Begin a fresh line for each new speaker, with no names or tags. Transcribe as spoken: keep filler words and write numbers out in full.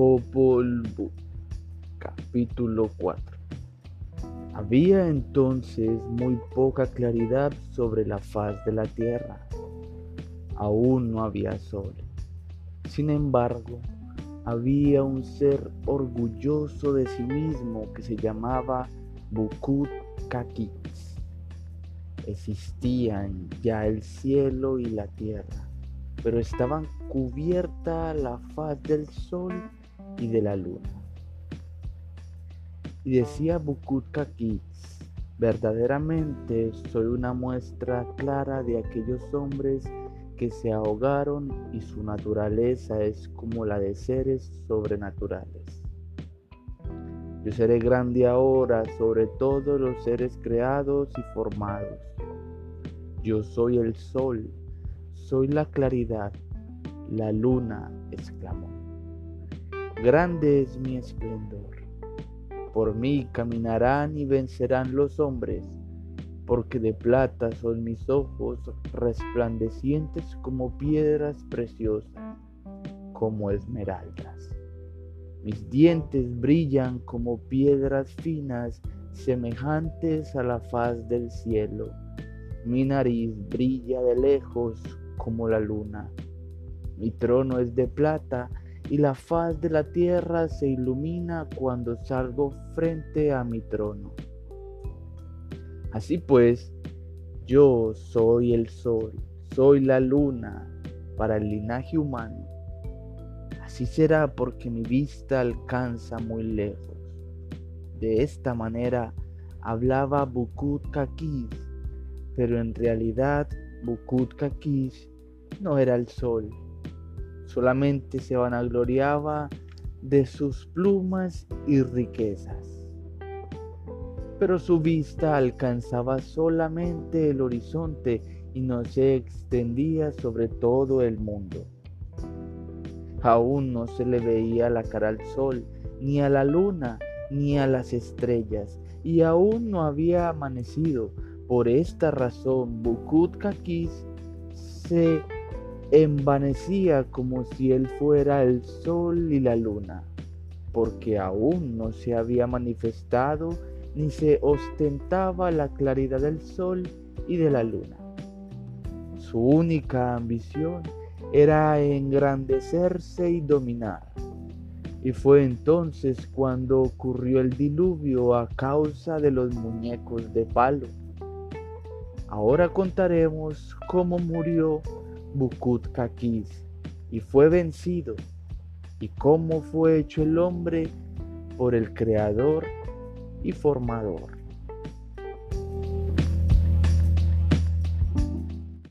Popol Vuh, capítulo cuatro. Había entonces muy poca claridad sobre la faz de la tierra. Aún no había sol. Sin embargo, había un ser orgulloso de sí mismo que se llamaba Bukut Kakis. Existían ya el cielo y la tierra, pero estaban cubierta la faz del sol y de la luna. Y decía Bukut Kakis: verdaderamente soy una muestra clara de aquellos hombres que se ahogaron y su naturaleza es como la de seres sobrenaturales. Yo seré grande ahora sobre todos los seres creados y formados. Yo soy el sol, soy la claridad, la luna, exclamó. Grande es mi esplendor. Por mí caminarán y vencerán los hombres, porque de plata son mis ojos, resplandecientes como piedras preciosas, como esmeraldas. Mis dientes brillan como piedras finas, semejantes a la faz del cielo. Mi nariz brilla de lejos como la luna. Mi trono es de plata y la faz de la tierra se ilumina cuando salgo frente a mi trono. Así pues, yo soy el sol, soy la luna para el linaje humano. Así será porque mi vista alcanza muy lejos. De esta manera hablaba Bukut Kakis, pero en realidad Bukut Kakis no era el sol. Solamente se vanagloriaba de sus plumas y riquezas. Pero su vista alcanzaba solamente el horizonte y no se extendía sobre todo el mundo. Aún no se le veía la cara al sol, ni a la luna, ni a las estrellas, y aún no había amanecido. Por esta razón, Bukut Kakis se envanecía como si él fuera el sol y la luna, porque aún no se había manifestado ni se ostentaba la claridad del sol y de la luna. Su única ambición era engrandecerse y dominar. Y fue entonces cuando ocurrió el diluvio a causa de los muñecos de palo. Ahora contaremos cómo murió Bukut Kakis y fue vencido, y cómo fue hecho el hombre por el Creador y Formador.